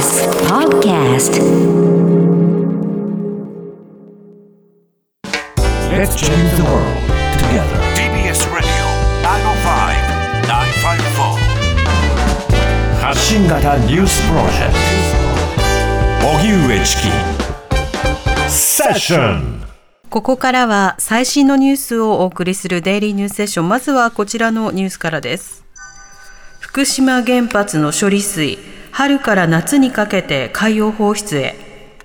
TBS Podcast. Let's change the world together. TBS Radio 905-954 発信型ニュースプロジェクト荻上チキセッション。 ここからは最新のニュースをお送りするデイリーニュースセッション。まずはこちらのニュースからです。福島原発の処理水、春から夏にかけて海洋放出へ。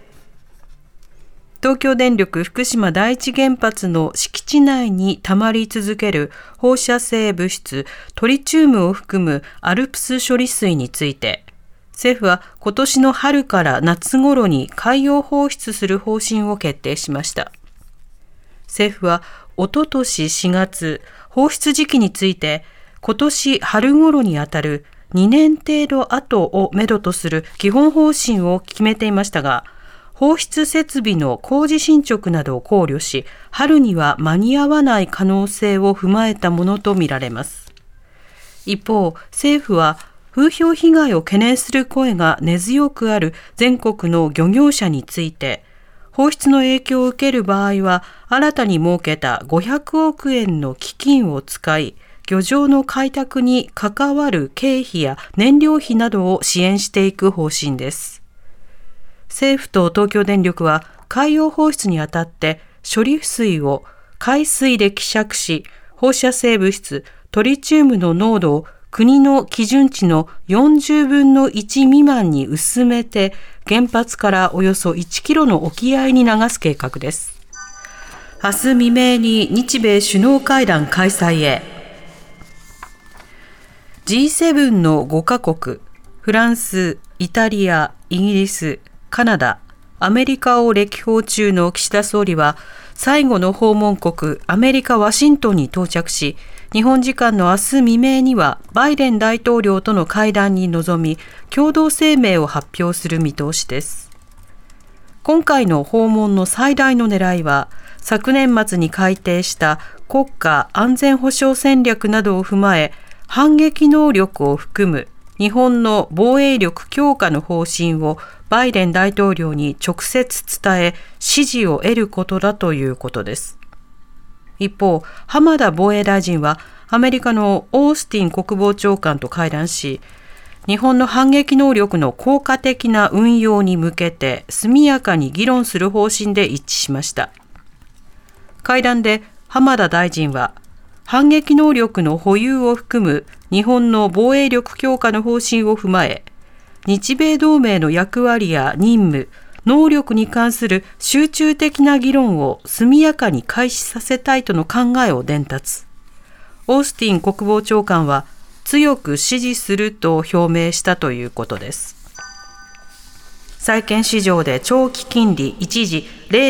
東京電力福島第一原発の敷地内にたまり続ける放射性物質トリチウムを含むアルプス処理水について、政府は今年の春から夏頃に海洋放出する方針を決定しました。政府はおととし4月、放出時期について今年春頃にあたる2年程度後をめどとする基本方針を決めていましたが、放出設備の工事進捗などを考慮し、春には間に合わない可能性を踏まえたものとみられます。一方、政府は風評被害を懸念する声が根強くある全国の漁業者について、放出の影響を受ける場合は、新たに設けた500億円の基金を使い、漁場の開拓に関わる経費や燃料費などを支援していく方針です。政府と東京電力は海洋放出にあたって処理水を海水で希釈し、放射性物質トリチウムの濃度を国の基準値の40分の1未満に薄めて、原発からおよそ1キロの沖合に流す計画です。明日未明に日米首脳会談開催へ。G7 の5カ国、フランス、イタリア、イギリス、カナダ、アメリカを歴訪中の岸田総理は、最後の訪問国、アメリカ・ワシントンに到着し、日本時間の明日未明にはバイデン大統領との会談に臨み、共同声明を発表する見通しです。今回の訪問の最大の狙いは、昨年末に改定した国家安全保障戦略などを踏まえ、反撃能力を含む日本の防衛力強化の方針をバイデン大統領に直接伝え、支持を得ることだということです。一方、浜田防衛大臣はアメリカのオースティン国防長官と会談し、日本の反撃能力の効果的な運用に向けて速やかに議論する方針で一致しました。会談で浜田大臣は、反撃能力の保有を含む日本の防衛力強化の方針を踏まえ、日米同盟の役割や任務、能力に関する集中的な議論を速やかに開始させたいとの考えを伝達。オースティン国防長官は強く支持すると表明したということです。債券市場で長期金利一時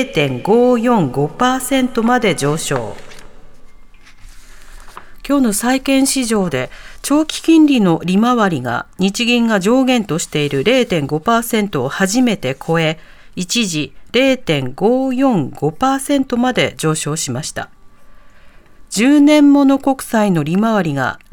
0.545% まで上昇。今日の債券市場で長期金利の利回りが日銀が上限としている 0.5% を初めて超え、一時 0.545% まで上昇しました。10年もの国債の利回りが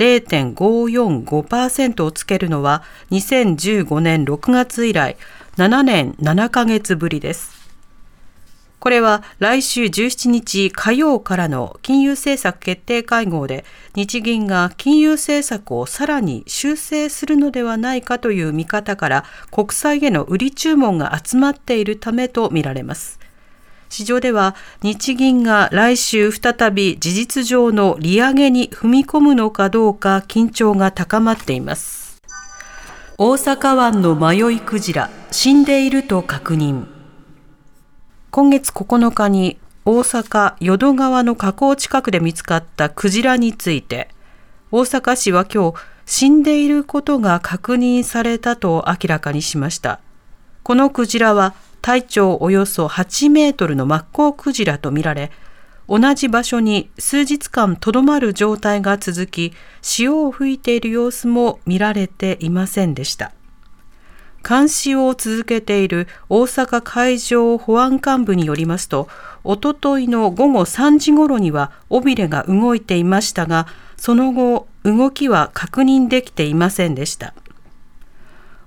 0.545% をつけるのは2015年6月以来7年7ヶ月ぶりです。これは来週17日火曜からの金融政策決定会合で、日銀が金融政策をさらに修正するのではないかという見方から国債への売り注文が集まっているためとみられます。市場では日銀が来週再び事実上の利上げに踏み込むのかどうか緊張が高まっています。大阪湾の迷いクジラ、死んでいると確認。今月9日に大阪淀川の河口近くで見つかったクジラについて、大阪市は今日死んでいることが確認されたと明らかにしました。このクジラは体長およそ8メートルのマッコウクジラとみられ、同じ場所に数日間とどまる状態が続き、潮を吹いている様子も見られていませんでした。監視を続けている大阪海上保安監部によりますと、おとといの午後3時ごろには尾びれが動いていましたが、その後動きは確認できていませんでした。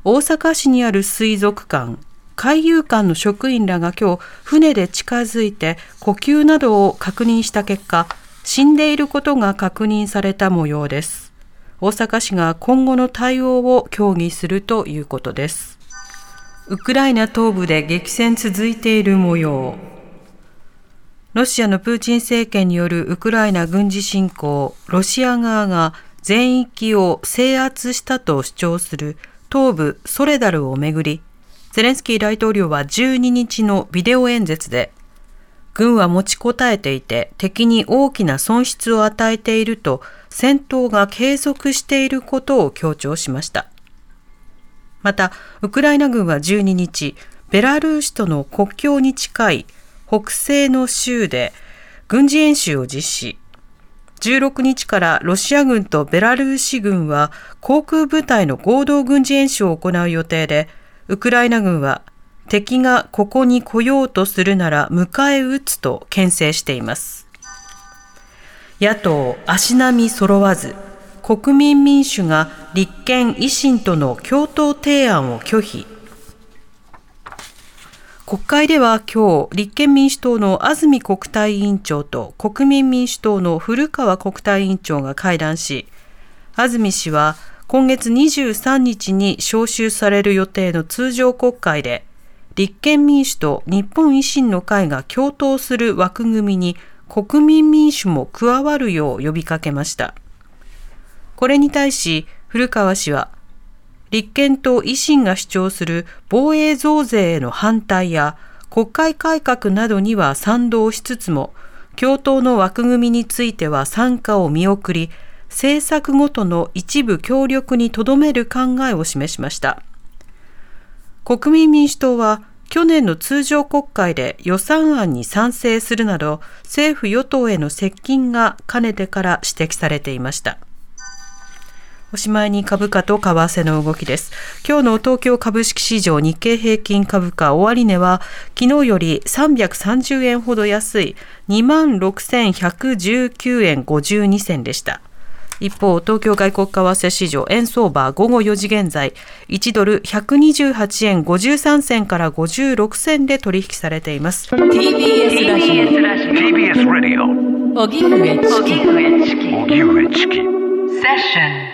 大阪市にある水族館、海遊館の職員らが今日、船で近づいて呼吸などを確認した結果、死んでいることが確認された模様です。大阪市が今後の対応を協議するということです。ウクライナ東部で激戦続いている模様。ロシアのプーチン政権によるウクライナ軍事侵攻、ロシア側が全域を制圧したと主張する東部ソレダルをめぐり、ゼレンスキー大統領は12日のビデオ演説で、軍は持ちこたえていて敵に大きな損失を与えていると戦闘が継続していることを強調しました。また、ウクライナ軍は12日、ベラルーシとの国境に近い北西の州で軍事演習を実施。16日からロシア軍とベラルーシ軍は航空部隊の合同軍事演習を行う予定で、ウクライナ軍は敵がここに来ようとするなら迎え撃つと牽制しています。野党足並み揃わず、国民民主が立憲維新との共闘提案を拒否。国会では今日、立憲民主党の安住国対委員長と国民民主党の古川国対委員長が会談し、安住氏は今月23日に召集される予定の通常国会で、立憲民主と日本維新の会が共闘する枠組みに国民民主も加わるよう呼びかけました。これに対し古川氏は、立憲と維新が主張する防衛増税への反対や国会改革などには賛同しつつも、共闘の枠組みについては参加を見送り、政策ごとの一部協力にとどめる考えを示しました。国民民主党は去年の通常国会で予算案に賛成するなど、政府与党への接近がかねてから指摘されていました。おしまいに株価と為替の動きです。今日の東京株式市場日経平均株価終値は昨日より330円ほど安い 26,119 円52銭でした。一方、東京外国為替市場円相場午後4時現在、1ドル128円53銭から56銭で取引されています。TBS ラジオ荻上チキセッション。